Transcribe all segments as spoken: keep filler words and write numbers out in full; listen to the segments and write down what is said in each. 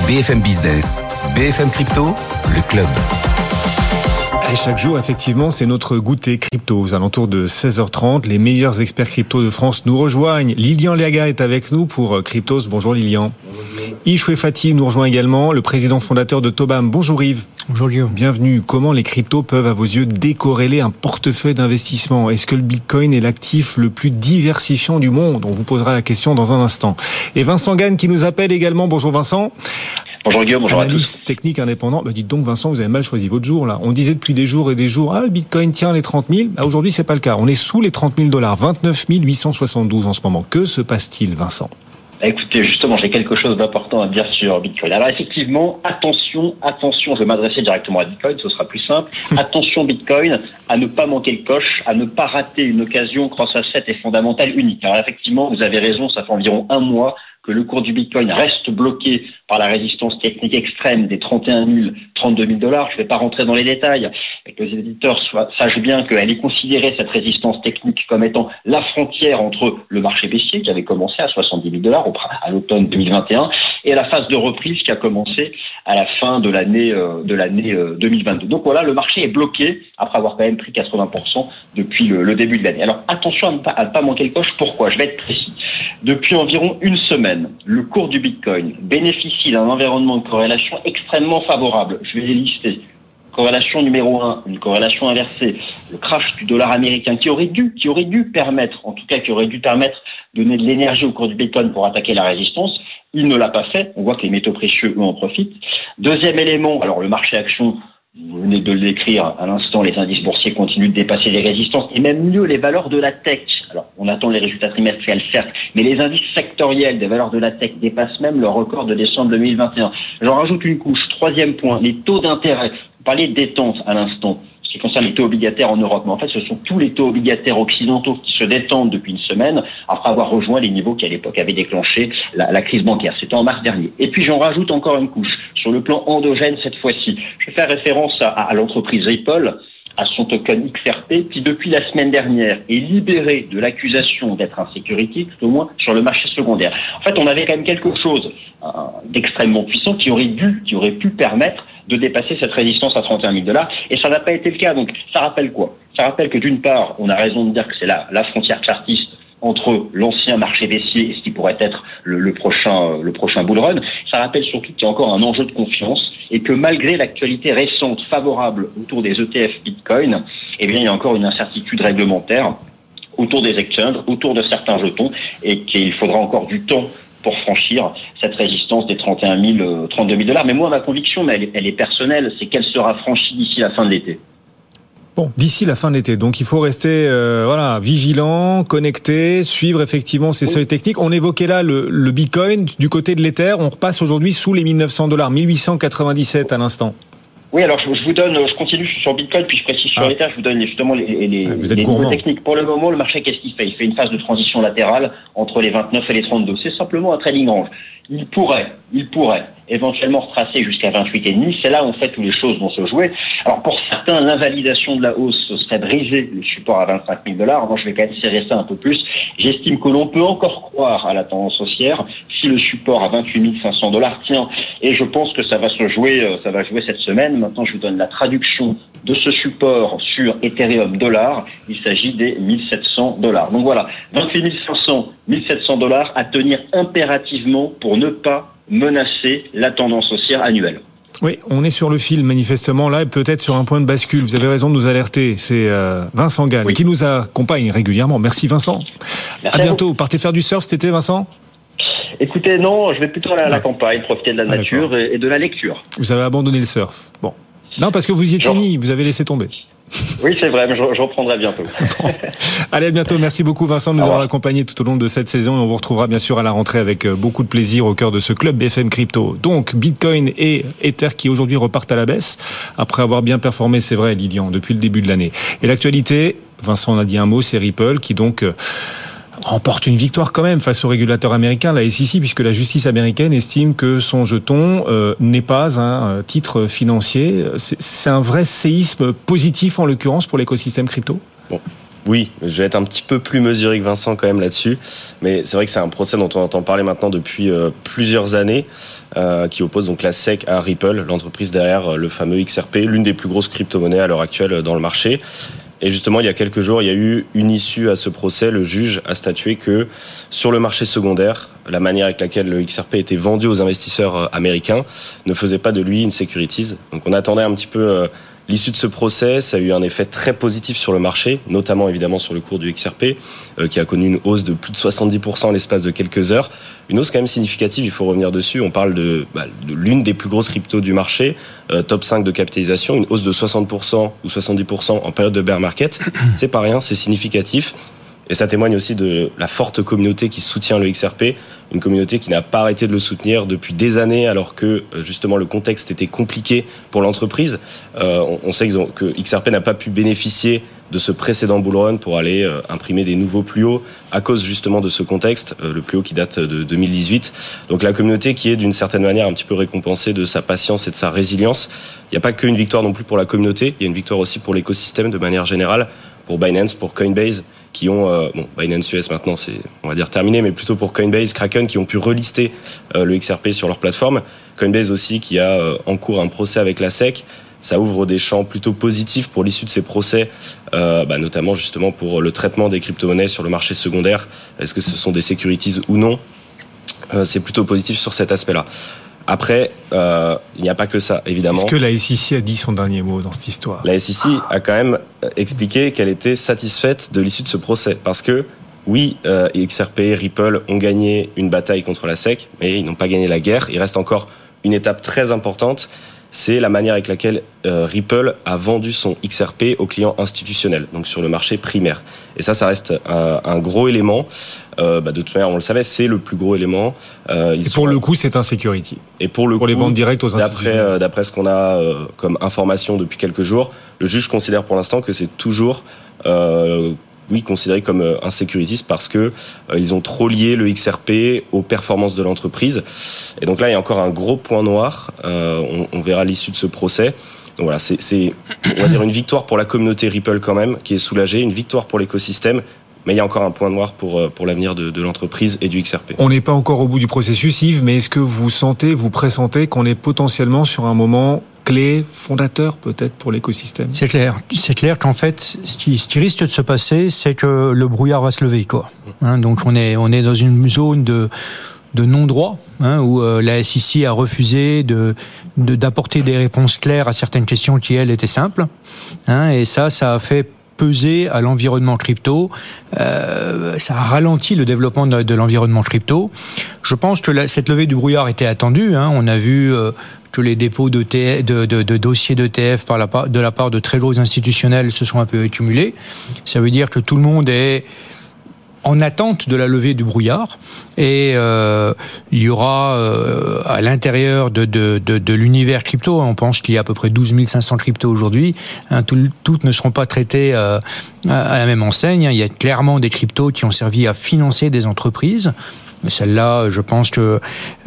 B F M Business, B F M Crypto, le club. Et chaque jour, effectivement, c'est notre goûter crypto. Aux alentours de seize heures trente, les meilleurs experts crypto de France nous rejoignent. Lilian Liaga est avec nous pour Cryptos. Bonjour Lilian. Yves Chouefati nous rejoint également, le président fondateur de Tobam. Bonjour Yves. Bonjour Guillaume. Bienvenue. Comment les cryptos peuvent, à vos yeux, décorréler un portefeuille d'investissement ? Est-ce que le Bitcoin est l'actif le plus diversifiant du monde ? On vous posera la question dans un instant. Et Vincent Gagne qui nous appelle également. Bonjour Vincent. Bonjour Guillaume, bonjour Analyste à tous. technique indépendant. Bah dites donc Vincent, vous avez mal choisi votre jour là. On disait depuis des jours et des jours, ah le Bitcoin tient les trente mille. Bah, aujourd'hui c'est pas le cas. On est sous les trente mille dollars, vingt-neuf mille huit cent soixante-douze en ce moment. Que se passe-t-il, Vincent ? Écoutez, justement, j'ai quelque chose d'important à dire sur Bitcoin. Alors effectivement, attention, attention, je vais m'adresser directement à Bitcoin, ce sera plus simple. Attention Bitcoin, à ne pas manquer le coche, à ne pas rater une occasion cross asset et fondamentale unique. Alors effectivement, vous avez raison, ça fait environ un mois que le cours du Bitcoin reste bloqué par la résistance technique extrême des trente et un mille, trente-deux mille dollars. Je ne vais pas rentrer dans les détails, et que les éditeurs sachent bien qu'elle est considérée, cette résistance technique, comme étant la frontière entre le marché baissier, qui avait commencé à soixante-dix mille dollars à l'automne deux mille vingt et un, et la phase de reprise qui a commencé à la fin de l'année, de l'année deux mille vingt-deux. Donc voilà, le marché est bloqué, après avoir quand même pris quatre-vingts pour cent depuis le, le début de l'année. Alors attention à ne pas, à ne pas manquer le coche. Pourquoi ? Je vais être précis. Depuis environ une semaine, le cours du Bitcoin bénéficie d'un environnement de corrélation extrêmement favorable. Je vais les lister. Corrélation numéro un, une corrélation inversée, le crash du dollar américain qui aurait dû, qui aurait dû permettre, en tout cas qui aurait dû permettre de donner de l'énergie au cours du Bitcoin pour attaquer la résistance. Il ne l'a pas fait. On voit que les métaux précieux, eux, en profitent. Deuxième élément, alors le marché action, vous venez de le décrire à l'instant, les indices boursiers continuent de dépasser les résistances et même mieux les valeurs de la tech. Alors, on attend les résultats trimestriels, certes, mais les indices sectoriels des valeurs de la tech dépassent même leur record de décembre deux mille vingt et un. J'en rajoute une couche. Troisième point, les taux d'intérêt. Vous parliez de détente à l'instant, ce qui concerne les taux obligataires en Europe. Mais en fait, ce sont tous les taux obligataires occidentaux qui se détendent depuis une semaine après avoir rejoint les niveaux qui, à l'époque, avaient déclenché la, la crise bancaire. C'était en mars dernier. Et puis, j'en rajoute encore une couche. Sur le plan endogène, cette fois-ci, je vais faire référence à, à l'entreprise Ripple, à son token X R P, qui depuis la semaine dernière est libéré de l'accusation d'être un security, tout au moins sur le marché secondaire. En fait, on avait quand même quelque chose euh, d'extrêmement puissant qui aurait dû, qui aurait pu permettre de dépasser cette résistance à trente et un mille dollars, et ça n'a pas été le cas. Donc, ça rappelle quoi ? Ça rappelle que d'une part, on a raison de dire que c'est la, la frontière chartiste entre l'ancien marché baissier et ce qui pourrait être le, le prochain le prochain bull run. Ça rappelle surtout qu'il y a encore un enjeu de confiance et que malgré l'actualité récente favorable autour des E T F Bitcoin, eh bien il y a encore une incertitude réglementaire autour des exchanges, autour de certains jetons, et qu'il faudra encore du temps pour franchir cette résistance des trente et un mille, trente-deux mille dollars. Mais moi, ma conviction, mais elle est, elle est personnelle, c'est qu'elle sera franchie d'ici la fin de l'été. Bon, d'ici la fin de l'été, donc il faut rester euh, voilà vigilant, connecté, suivre effectivement ces seuils techniques. On évoquait là le, le Bitcoin du côté de l'Ether. On repasse aujourd'hui sous les mille neuf cents dollars, mille huit cent quatre-vingt-dix-sept à l'instant. Oui, alors je, je vous donne, je continue sur Bitcoin, puis je précise sur ah. l'Ether, je vous donne justement les, les, vous êtes les niveaux techniques. Pour le moment, le marché, qu'est-ce qu'il fait ? Il fait une phase de transition latérale entre les vingt-neuf et les trente-deux. C'est simplement un trading range. Il pourrait, il pourrait éventuellement retracer jusqu'à vingt-huit virgule cinq. C'est là, en fait, où les choses vont se jouer. Alors, pour certains, l'invalidation de la hausse, ce serait briser le support à vingt-cinq mille dollars. Moi, je vais quand même serrer ça un peu plus. J'estime que l'on peut encore croire à la tendance haussière si le support à vingt-huit mille cinq cents dollars tient. Et je pense que ça va se jouer, ça va jouer cette semaine. Maintenant, je vous donne la traduction de ce support sur Ethereum dollar. Il s'agit des mille sept cents dollars. Donc voilà, vingt-huit mille cinq cents, mille sept cents dollars à tenir impérativement pour ne pas menacer la tendance haussière annuelle. Oui, on est sur le fil manifestement là et peut-être sur un point de bascule. Vous avez raison de nous alerter. C'est euh, Vincent Gagne oui. qui nous accompagne régulièrement. Merci Vincent. Merci à, à bientôt. Vous. vous partez faire du surf cet été, Vincent ? Écoutez, non, je vais plutôt aller à la campagne, profiter de la ah, nature et, et de la lecture. Vous avez abandonné le surf. Bon. Non, parce que vous y étiez mis, vous avez laissé tomber. Oui, c'est vrai, mais je, je reprendrai bientôt. Bon. Allez, à bientôt. Merci beaucoup, Vincent, de nous avoir accompagnés tout au long de cette saison. Et on vous retrouvera bien sûr à la rentrée avec beaucoup de plaisir au cœur de ce club B F M Crypto. Donc, Bitcoin et Ether qui aujourd'hui repartent à la baisse après avoir bien performé, c'est vrai, Lilian, depuis le début de l'année. Et l'actualité, Vincent en a dit un mot, c'est Ripple qui donc remporte une victoire quand même face au régulateur américain, la S E C, puisque la justice américaine estime que son jeton euh, n'est pas un titre financier. C'est, c'est un vrai séisme positif en l'occurrence pour l'écosystème crypto. Bon. Oui, je vais être un petit peu plus mesuré que Vincent quand même là-dessus, mais c'est vrai que c'est un procès dont on entend parler maintenant depuis euh, plusieurs années, euh, qui oppose donc la S E C à Ripple, l'entreprise derrière le fameux X R P, l'une des plus grosses crypto-monnaies à l'heure actuelle dans le marché. Et justement, il y a quelques jours, il y a eu une issue à ce procès. Le juge a statué que sur le marché secondaire, la manière avec laquelle le X R P était vendu aux investisseurs américains ne faisait pas de lui une securities. Donc on attendait un petit peu euh, l'issue de ce procès. Ça a eu un effet très positif sur le marché, notamment évidemment sur le cours du X R P, euh, qui a connu une hausse de plus de soixante-dix pour cent en l'espace de quelques heures. Une hausse quand même significative, il faut revenir dessus. On parle de, bah, de l'une des plus grosses cryptos du marché, euh, top cinq de capitalisation, une hausse de soixante pour cent ou soixante-dix pour cent en période de bear market. C'est pas rien, c'est significatif. Et ça témoigne aussi de la forte communauté qui soutient le X R P, une communauté qui n'a pas arrêté de le soutenir depuis des années, alors que justement le contexte était compliqué pour l'entreprise. Euh, on, on sait qu'ils ont, que X R P n'a pas pu bénéficier de ce précédent bull run pour aller euh, imprimer des nouveaux plus hauts à cause justement de ce contexte, euh, le plus haut qui date de deux mille dix-huit. Donc la communauté qui est d'une certaine manière un petit peu récompensée de sa patience et de sa résilience. Il n'y a pas qu'une victoire non plus pour la communauté, il y a une victoire aussi pour l'écosystème de manière générale, pour Binance, pour Coinbase, qui ont, euh, bon, Binance U S maintenant c'est, on va dire terminé, mais plutôt pour Coinbase, Kraken, qui ont pu relister euh, le X R P sur leur plateforme. Coinbase aussi qui a euh, en cours un procès avec la S E C. Ça ouvre des champs plutôt positifs pour l'issue de ces procès, euh, bah, notamment justement pour le traitement des crypto-monnaies sur le marché secondaire. Est-ce que ce sont des securities ou non ? euh, C'est plutôt positif sur cet aspect-là. Après, euh, il n'y a pas que ça, évidemment. Est-ce que la S E C a dit son dernier mot dans cette histoire ? La S E C a quand même expliqué qu'elle était satisfaite de l'issue de ce procès. Parce que, oui, euh, X R P, Ripple ont gagné une bataille contre la S E C, mais ils n'ont pas gagné la guerre. Il reste encore une étape très importante. C'est la manière avec laquelle euh, Ripple a vendu son X R P aux clients institutionnels, donc sur le marché primaire. Et ça, ça reste un, un gros élément. Euh, bah de toute manière, on le savait, c'est le plus gros élément. Euh, ils et pour sont... le coup, c'est un security. Et pour le pour coup, les ventes directes aux institutionnels. D'après, euh, d'après ce qu'on a euh, comme information depuis quelques jours, le juge considère pour l'instant que c'est toujours... Euh, oui, considéré comme un securities parce que euh, ils ont trop lié le X R P aux performances de l'entreprise. Et donc là, il y a encore un gros point noir. Euh, on, on verra l'issue de ce procès. Donc voilà, c'est, c'est, on va dire une victoire pour la communauté Ripple quand même, qui est soulagée, une victoire pour l'écosystème. Mais il y a encore un point noir pour, pour l'avenir de, de l'entreprise et du X R P. On n'est pas encore au bout du processus, Yves, mais est-ce que vous sentez, vous pressentez qu'on est potentiellement sur un moment clé, fondateur peut-être pour l'écosystème ? C'est clair. C'est clair qu'en fait, ce qui, ce qui risque de se passer, c'est que le brouillard va se lever, quoi. Hein, donc on est, on est dans une zone de... de non-droit, hein, où euh, la S E C a refusé de, de d'apporter des réponses claires à certaines questions qui, elles, étaient simples. Hein, et ça, ça a fait peser à l'environnement crypto. Euh, ça a ralenti le développement de, de l'environnement crypto. Je pense que la, cette levée du brouillard était attendue. Hein. On a vu euh, que les dépôts de, T F, de, de, de dossiers d'E T F par la, de la part de très gros institutionnels se sont un peu accumulés. Ça veut dire que tout le monde est en attente de la levée du brouillard, et euh, il y aura euh, à l'intérieur de, de, de, de l'univers crypto, on pense qu'il y a à peu près douze mille cinq cents cryptos aujourd'hui, hein, tout, toutes ne seront pas traitées euh, à la même enseigne. Il y a clairement des cryptos qui ont servi à financer des entreprises. Celles-là, je pense que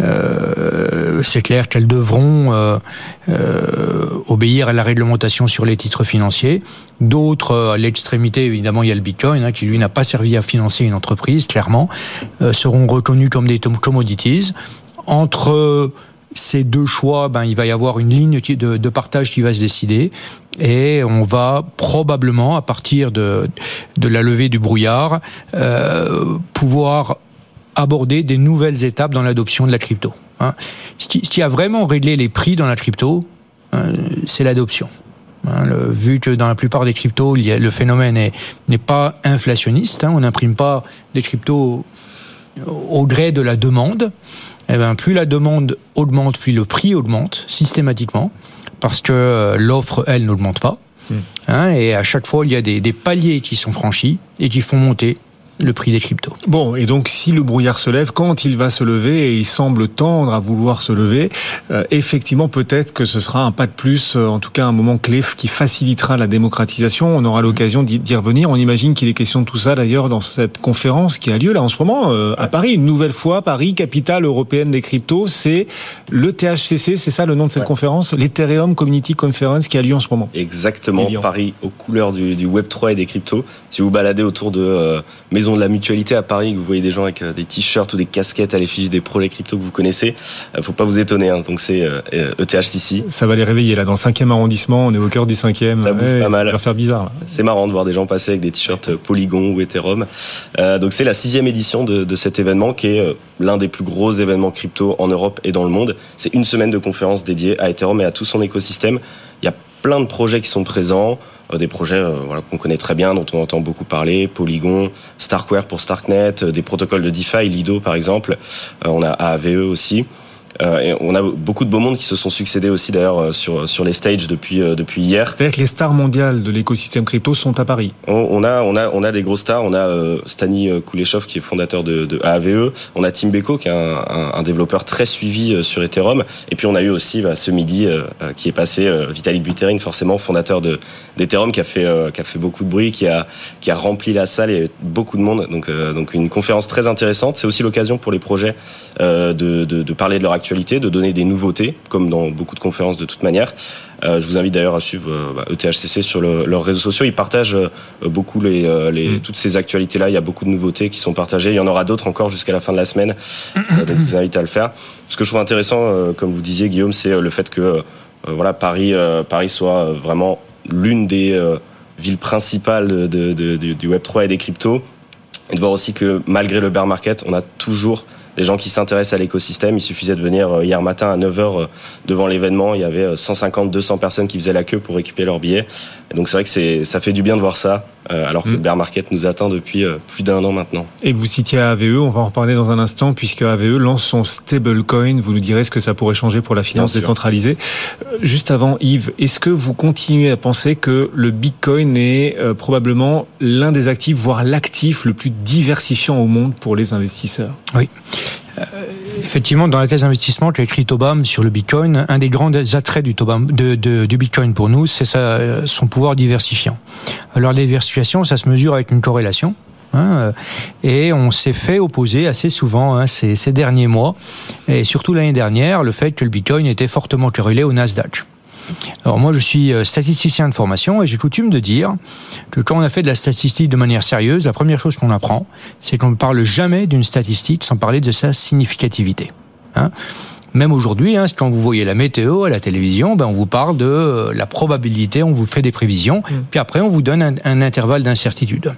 euh, c'est clair qu'elles devront euh, euh, obéir à la réglementation sur les titres financiers. D'autres, à l'extrémité, évidemment, il y a le Bitcoin, hein, qui lui n'a pas servi à financer une entreprise, clairement, euh, seront reconnus comme des commodities. Entre ces deux choix, ben, il va y avoir une ligne de, de partage qui va se décider, et on va probablement, à partir de, de la levée du brouillard, euh, pouvoir aborder des nouvelles étapes dans l'adoption de la crypto. Hein. Ce, qui, ce qui a vraiment réglé les prix dans la crypto, hein, c'est l'adoption. Hein, le, vu que dans la plupart des cryptos, il y a, le phénomène est, n'est pas inflationniste, hein, on n'imprime pas des cryptos au gré de la demande. Eh ben, plus la demande augmente, plus le prix augmente systématiquement, parce que euh, l'offre, elle, n'augmente pas. Mmh. Hein, et à chaque fois, il y a des, des paliers qui sont franchis et qui font monter le prix des cryptos. Bon, et donc si le brouillard se lève, quand il va se lever, et il semble tendre à vouloir se lever, euh, effectivement peut-être que ce sera un pas de plus, euh, en tout cas un moment clé qui facilitera la démocratisation. On aura l'occasion d'y, d'y revenir. On imagine qu'il est question de tout ça d'ailleurs dans cette conférence qui a lieu là en ce moment euh, à Paris. Une nouvelle fois, Paris, capitale européenne des cryptos, c'est le T H C C, c'est ça le nom de cette ouais. conférence, l'Ethereum Community Conference qui a lieu en ce moment. Exactement, Paris aux couleurs du, du Web trois et des cryptos. Si vous baladez autour de euh, Maison de la Mutualité à Paris, que vous voyez des gens avec euh, des t-shirts ou des casquettes à l'effigie des projets crypto que vous connaissez, euh, faut pas vous étonner, hein. Donc c'est euh, E T H C C. Ça va les réveiller là, dans le cinquième arrondissement, on est au cœur du cinquième. Ça bouge ouais, pas mal. Ça va faire bizarre là. C'est marrant de voir des gens passer avec des t-shirts Polygon ou Ethereum. Euh, donc c'est la sixième édition de, de cet événement qui est euh, l'un des plus gros événements crypto en Europe et dans le monde. C'est une semaine de conférences dédiée à Ethereum et à tout son écosystème. Il y a plein de projets qui sont présents. Des projets euh, voilà, qu'on connaît très bien, dont on entend beaucoup parler, Polygon, Starkware pour Starknet, des protocoles de DeFi, Lido par exemple, euh, on a A A V E aussi. Euh, et on a beaucoup de beaux mondes qui se sont succédés aussi d'ailleurs sur sur les stages depuis euh, depuis hier. C'est-à-dire que les stars mondiales de l'écosystème crypto sont à Paris. On, on a on a on a des gros stars. On a euh, Stani Kuleshov qui est fondateur de, de A A V E. On a Tim Beko qui est un, un, un développeur très suivi euh, sur Ethereum. Et puis on a eu aussi bah, ce midi euh, qui est passé euh, Vitalik Buterin, forcément fondateur de d'Ethereum, qui a fait euh, qui a fait beaucoup de bruit, qui a qui a rempli la salle et beaucoup de monde. Donc euh, donc une conférence très intéressante. C'est aussi l'occasion pour les projets euh, de, de de parler de leur actualité, de donner des nouveautés, comme dans beaucoup de conférences de toute manière. Euh, je vous invite d'ailleurs à suivre euh, bah, E T H C C sur le, leurs réseaux sociaux. Ils partagent euh, beaucoup les, euh, les, mmh. toutes ces actualités-là. Il y a beaucoup de nouveautés qui sont partagées. Il y en aura d'autres encore jusqu'à la fin de la semaine. Euh, donc je vous invite à le faire. Ce que je trouve intéressant, euh, comme vous disiez Guillaume, c'est euh, le fait que euh, voilà, Paris, euh, Paris soit euh, vraiment l'une des euh, villes principales de, de, de, du Web trois et des cryptos. Et de voir aussi que malgré le bear market, on a toujours des gens qui s'intéressent à l'écosystème. Il suffisait de venir hier matin à neuf heures devant l'événement. Il y avait cent cinquante à deux cents personnes qui faisaient la queue pour récupérer leurs billets. Et donc c'est vrai que c'est, ça fait du bien de voir ça, alors que mmh. le bear market nous atteint depuis plus d'un an maintenant. Et vous citiez A V E, on va en reparler dans un instant, puisque A V E lance son stablecoin. Vous nous direz ce que ça pourrait changer pour la finance décentralisée. Juste avant, Yves, est-ce que vous continuez à penser que le Bitcoin est euh, probablement l'un des actifs, voire l'actif le plus diversifiant au monde pour les investisseurs ? Oui. Euh, effectivement, dans la thèse d'investissement qu'a écrit Tobam sur le Bitcoin, un des grands attraits du, Tobam, de, de, du Bitcoin pour nous, c'est sa, son pouvoir diversifiant. Alors, la diversification, ça se mesure avec une corrélation. Hein, et on s'est fait opposer assez souvent hein, ces, ces derniers mois, et surtout l'année dernière, le fait que le Bitcoin était fortement corrélé au Nasdaq. Alors moi je suis statisticien de formation et j'ai coutume de dire que quand on a fait de la statistique de manière sérieuse, la première chose qu'on apprend, c'est qu'on ne parle jamais d'une statistique sans parler de sa significativité. Hein, même aujourd'hui, hein, quand vous voyez la météo à la télévision, ben on vous parle de la probabilité, on vous fait des prévisions, mmh. puis après on vous donne un, un intervalle d'incertitude.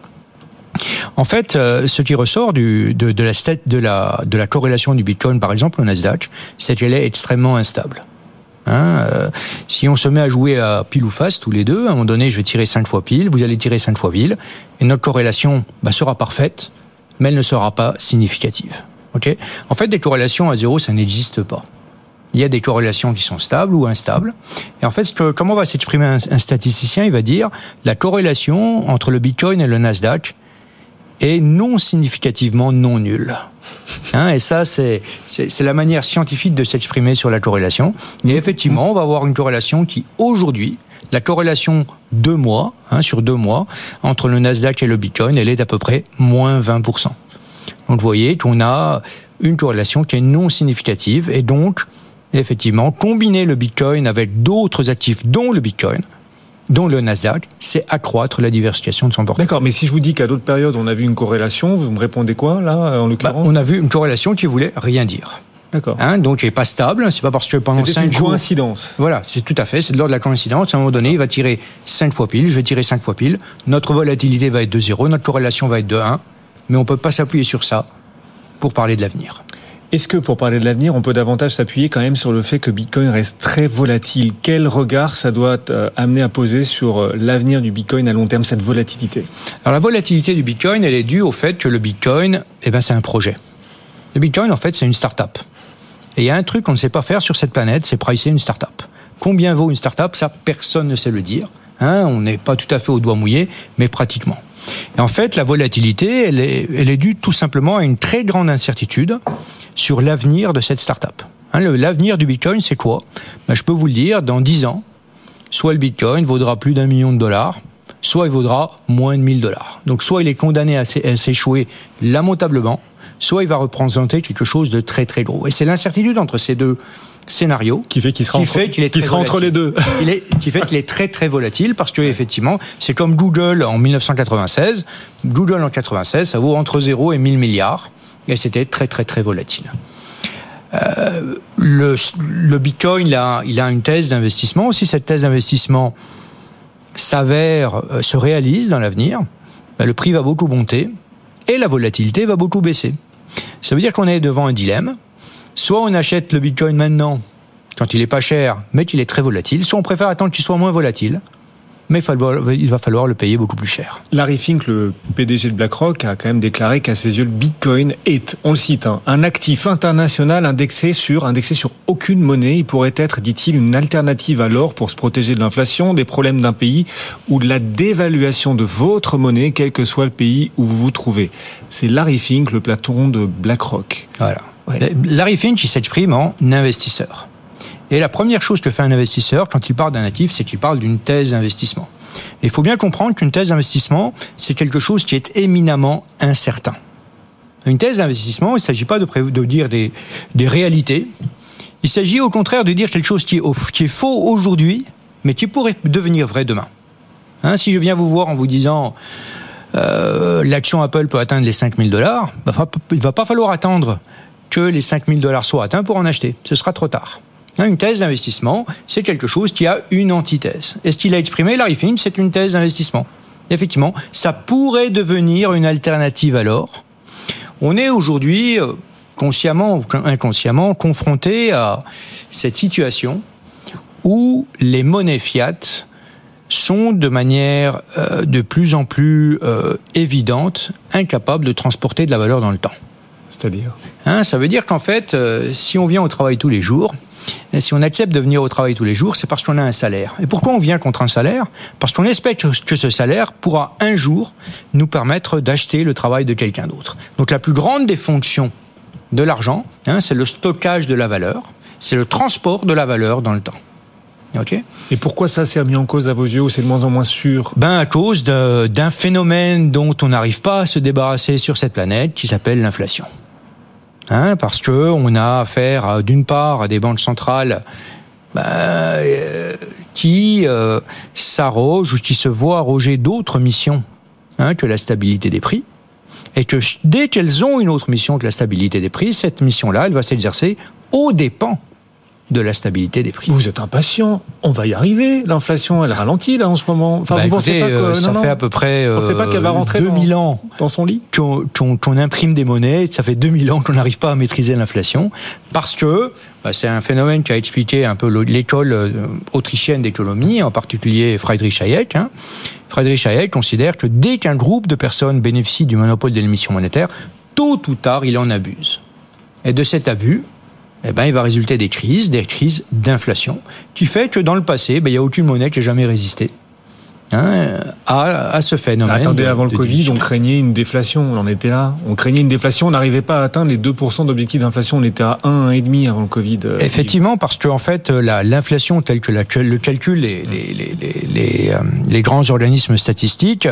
En fait, euh, ce qui ressort du, de, de, la stat, de, la, de la corrélation du Bitcoin, par exemple, au Nasdaq, c'est qu'elle est extrêmement instable. Hein, euh, si on se met à jouer à pile ou face tous les deux, à un moment donné, je vais tirer cinq fois pile, vous allez tirer cinq fois pile, et notre corrélation bah, sera parfaite, mais elle ne sera pas significative. Okay ? En fait, des corrélations à zéro, ça n'existe pas. Il y a des corrélations qui sont stables ou instables. Et en fait, ce que, comment va s'exprimer un, un statisticien ? Il va dire la corrélation entre le Bitcoin et le Nasdaq est non significativement non nulle. Hein, et ça, c'est, c'est, c'est la manière scientifique de s'exprimer sur la corrélation. Et effectivement, on va avoir une corrélation qui, aujourd'hui, la corrélation deux mois, hein, sur deux mois, entre le Nasdaq et le Bitcoin, elle est d'à peu près moins vingt pour cent. Donc, vous voyez qu'on a une corrélation qui est non significative. Et donc, effectivement, combiner le Bitcoin avec d'autres actifs, dont le Bitcoin, dont le Nasdaq, c'est accroître la diversification de son portefeuille. D'accord, mais si je vous dis qu'à d'autres périodes, on a vu une corrélation, vous me répondez quoi, là, en l'occurrence ? bah, On a vu une corrélation qui voulait rien dire. D'accord. Hein, donc, elle n'est pas stable, c'est pas parce que pendant cinq jours... C'est une coïncidence. Voilà, c'est tout à fait, c'est de l'ordre de la coïncidence. À un moment donné, il va tirer cinq fois pile, je vais tirer cinq fois pile, notre volatilité va être de zéro, notre corrélation va être de un, mais on ne peut pas s'appuyer sur ça pour parler de l'avenir. Est-ce que, pour parler de l'avenir, on peut davantage s'appuyer quand même sur le fait que Bitcoin reste très volatile ? Quel regard ça doit euh, amener à poser sur euh, l'avenir du Bitcoin à long terme, cette volatilité ? Alors la volatilité du Bitcoin, elle est due au fait que le Bitcoin, eh ben, c'est un projet. Le Bitcoin, en fait, c'est une start-up. Et il y a un truc qu'on ne sait pas faire sur cette planète, c'est pricer une start-up. Combien vaut une start-up ? Ça, personne ne sait le dire. Hein, on n'est pas tout à fait au doigt mouillé, mais pratiquement. Et en fait, la volatilité, elle est, elle est due tout simplement à une très grande incertitude sur l'avenir de cette start-up. Hein, le, l'avenir du Bitcoin, c'est quoi ? Ben, je peux vous le dire, dans dix ans, soit le Bitcoin vaudra plus d'un million de dollars, soit il vaudra moins de mille dollars. Donc soit il est condamné à s'échouer lamentablement, soit il va représenter quelque chose de très très gros. Et c'est l'incertitude entre ces deux scénarios qui fait qu'il sera, qui entre, fait qu'il est qui sera entre les deux. Il est, qui fait qu'il est très très volatile parce que effectivement, c'est comme Google en dix-neuf cent quatre-vingt-seize. Google en quatre-vingt-seize, ça vaut entre zéro et mille milliards. Et c'était très très très volatile. Euh, le, le Bitcoin, il a, il a une thèse d'investissement. Si cette thèse d'investissement s'avère, euh, se réalise dans l'avenir, ben le prix va beaucoup monter et la volatilité va beaucoup baisser. Ça veut dire qu'on est devant un dilemme. Soit on achète le Bitcoin maintenant, quand il est pas cher, mais qu'il est très volatile, soit on préfère attendre qu'il soit moins volatile, mais il va falloir le payer beaucoup plus cher. Larry Fink, le P D G de BlackRock, a quand même déclaré qu'à ses yeux, le Bitcoin est, on le cite, hein, un actif international indexé sur, indexé sur aucune monnaie. Il pourrait être, dit-il, une alternative à l'or pour se protéger de l'inflation, des problèmes d'un pays ou de la dévaluation de votre monnaie, quel que soit le pays où vous vous trouvez. C'est Larry Fink, le patron de BlackRock. Voilà. Ouais. Larry Fink, il s'exprime en investisseur. Et la première chose que fait un investisseur quand il parle d'un actif, c'est qu'il parle d'une thèse d'investissement. Et il faut bien comprendre qu'une thèse d'investissement, c'est quelque chose qui est éminemment incertain. Une thèse d'investissement, il ne s'agit pas de, pré- de dire des, des réalités. Il s'agit au contraire de dire quelque chose qui est, qui est faux aujourd'hui, mais qui pourrait devenir vrai demain. Hein, si je viens vous voir en vous disant euh, l'action Apple peut atteindre les cinq mille dollars, bah, il ne va pas falloir attendre que les cinq mille dollars soient atteints pour en acheter. Ce sera trop tard. Une thèse d'investissement, c'est quelque chose qui a une antithèse. Et ce qu'il a exprimé, Larry Fink, c'est une thèse d'investissement. Effectivement, ça pourrait devenir une alternative à l'or. On est aujourd'hui, consciemment ou inconsciemment, confronté à cette situation où les monnaies fiat sont de manière euh, de plus en plus euh, évidente, incapables de transporter de la valeur dans le temps. C'est-à-dire hein, ça veut dire qu'en fait, euh, si on vient au travail tous les jours, et si on accepte de venir au travail tous les jours, c'est parce qu'on a un salaire. Et pourquoi on vient contre un salaire ? Parce qu'on espère que ce salaire pourra un jour nous permettre d'acheter le travail de quelqu'un d'autre. Donc la plus grande des fonctions de l'argent, hein, c'est le stockage de la valeur, c'est le transport de la valeur dans le temps. Okay. Et pourquoi ça s'est mis en cause à vos yeux ou c'est de moins en moins sûr ? Ben à cause de, d'un phénomène dont on n'arrive pas à se débarrasser sur cette planète qui s'appelle l'inflation. Hein, parce que on a affaire d'une part à des banques centrales ben, euh, qui euh, s'arrogent ou qui se voient arroger d'autres missions hein, que la stabilité des prix, et que dès qu'elles ont une autre mission que la stabilité des prix, cette mission-là, elle va s'exercer aux dépens de la stabilité des prix. Vous êtes impatient, on va y arriver. L'inflation, elle ralentit là en ce moment. Enfin, bah, vous écoutez, pensez pas que euh, ça non, fait non. à peu près euh, on sait pas qu'elle va rentrer deux mille dans, ans dans son lit qu'on, qu'on, qu'on imprime des monnaies. Ça fait deux mille ans qu'on n'arrive pas à maîtriser l'inflation parce que bah, c'est un phénomène qui a expliqué un peu l'école autrichienne d'économie, en particulier Friedrich Hayek. Hein. Friedrich Hayek considère que dès qu'un groupe de personnes bénéficie du monopole de l'émission monétaire, tôt ou tard, il en abuse. Et de cet abus, eh ben, il va résulter des crises, des crises d'inflation, qui fait que dans le passé, ben, il n'y a aucune monnaie qui ait jamais résisté hein, à, à ce phénomène. Attendez, de, avant de le Covid, division. on craignait une déflation, on en était là. On craignait une déflation, on n'arrivait pas à atteindre les deux pour cent d'objectif d'inflation, on était à un, un virgule cinq avant le Covid. Effectivement, parce que en fait, la, l'inflation telle que la, le calcul les, les, les, les, les, euh, les grands organismes statistiques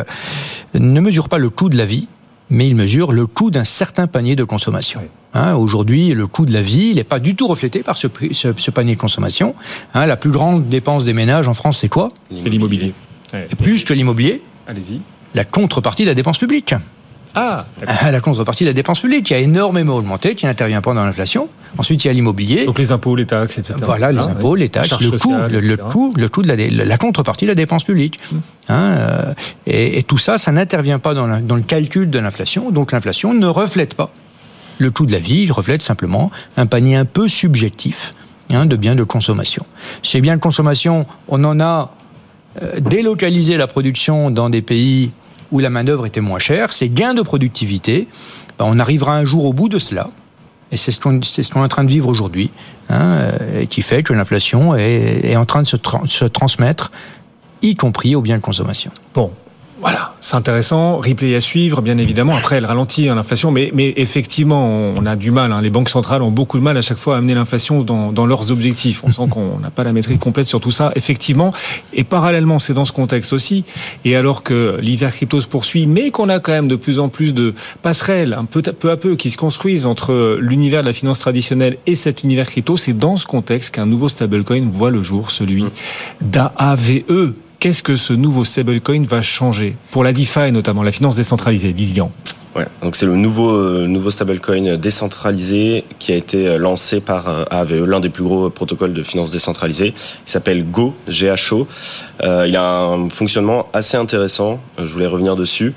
ne mesure pas le coût de la vie, mais il mesure le coût d'un certain panier de consommation. Oui. Hein, aujourd'hui, le coût de la vie, il n'est pas du tout reflété par ce, ce, ce panier de consommation. Hein, la plus grande dépense des ménages en France, c'est quoi ? C'est l'immobilier. Ouais. Et plus que l'immobilier, allez-y. La contrepartie de la dépense publique. Ah, d'accord. La contrepartie de la dépense publique qui a énormément augmenté, qui n'intervient pas dans l'inflation. Ensuite, il y a l'immobilier. Donc les impôts, les taxes, et cetera. Voilà, les ah, impôts, ouais. les taxes, le coût, le, le coût, le coût de la, la contrepartie de la dépense publique. Mmh. Hein, euh, et, et tout ça, ça n'intervient pas dans, la, dans le calcul de l'inflation. Donc l'inflation ne reflète pas le coût de la vie, il reflète simplement un panier un peu subjectif hein, de biens de consommation. Ces biens de consommation, on en a euh, délocalisé la production dans des pays où la main-d'œuvre était moins chère. Ces gains de productivité, ben, on arrivera un jour au bout de cela. Et c'est ce qu'on, c'est ce qu'on est en train de vivre aujourd'hui, hein, et qui fait que l'inflation est, est en train de se, tra- se transmettre, y compris aux biens de consommation. Bon. Voilà, c'est intéressant. Replay à suivre, bien évidemment. Après, elle ralentit hein, l'inflation, mais, mais effectivement, on a du mal. Hein. Les banques centrales ont beaucoup de mal à chaque fois à amener l'inflation dans, dans leurs objectifs. On sent qu'on n'a pas la maîtrise complète sur tout ça, effectivement. Et parallèlement, c'est dans ce contexte aussi. Et alors que l'hiver crypto se poursuit, mais qu'on a quand même de plus en plus de passerelles, un peu, peu à peu, qui se construisent entre l'univers de la finance traditionnelle et cet univers crypto, c'est dans ce contexte qu'un nouveau stablecoin voit le jour, celui d'A A V E. Qu'est-ce que ce nouveau stablecoin va changer pour la DeFi notamment, la finance décentralisée, Lilian? Ouais, donc c'est le nouveau euh, nouveau stablecoin décentralisé qui a été lancé par euh, A A V E, l'un des plus gros protocoles de finance décentralisée. Il s'appelle Go, G H O. Euh, il a un fonctionnement assez intéressant. Je voulais revenir dessus.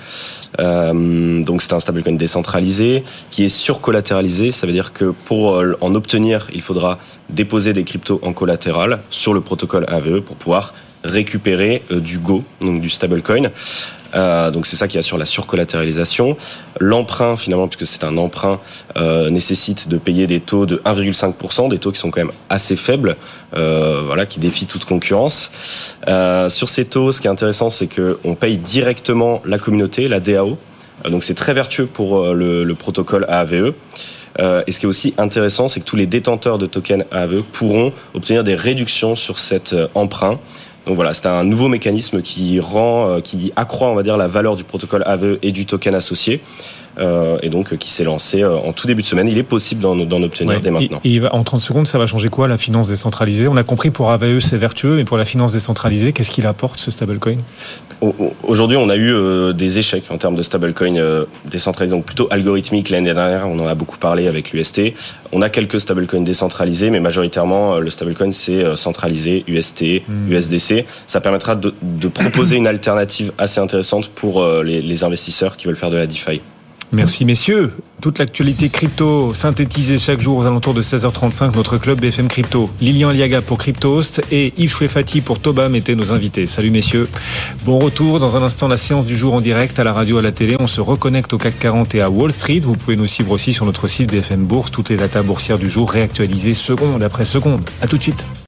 Euh, donc c'est un stablecoin décentralisé qui est surcollatéralisé. Ça veut dire que pour euh, en obtenir, il faudra déposer des cryptos en collatéral sur le protocole A A V E pour pouvoir récupérer euh, du Go, donc du stablecoin. Euh, donc c'est ça qui assure la surcollatéralisation. L'emprunt, finalement, puisque c'est un emprunt, euh, nécessite de payer des taux de un virgule cinq pour cent, des taux qui sont quand même assez faibles, euh, voilà, qui défient toute concurrence. Euh, sur ces taux, ce qui est intéressant, c'est qu'on paye directement la communauté, la D A O. Euh, donc c'est très vertueux pour euh, le, le protocole A A V E. Euh, et ce qui est aussi intéressant, c'est que tous les détenteurs de tokens A A V E pourront obtenir des réductions sur cet euh, emprunt. Donc voilà, c'est un nouveau mécanisme qui rend, qui accroît, on va dire, la valeur du protocole A A V E et du token associé, euh, et donc qui s'est lancé en tout début de semaine. Il est possible d'en, d'en obtenir ouais, dès maintenant. Et, et en trente secondes, ça va changer quoi, la finance décentralisée? On a compris pour A A V E, c'est vertueux, mais pour la finance décentralisée, qu'est-ce qu'il apporte, ce stablecoin? Aujourd'hui, on a eu euh, des échecs en termes de stablecoin euh, décentralisés, donc plutôt algorithmiques. L'année dernière, on en a beaucoup parlé avec l'U S T. On a quelques stablecoins décentralisés, mais majoritairement, le stablecoin, c'est centralisé, U S T, mmh. U S D C. Ça permettra de, de proposer une alternative assez intéressante pour euh, les, les investisseurs qui veulent faire de la DeFi. Merci messieurs. Toute l'actualité crypto synthétisée chaque jour aux alentours de seize heures trente-cinq, notre club B F M Crypto. Lilian Aliaga pour CryptoHost et Yves Chouefati pour Tobam étaient nos invités. Salut messieurs. Bon retour. Dans un instant, la séance du jour en direct à la radio, à la télé. On se reconnecte au C A C quarante et à Wall Street. Vous pouvez nous suivre aussi sur notre site B F M Bourse. Toutes les datas boursières du jour réactualisées seconde après seconde. À tout de suite.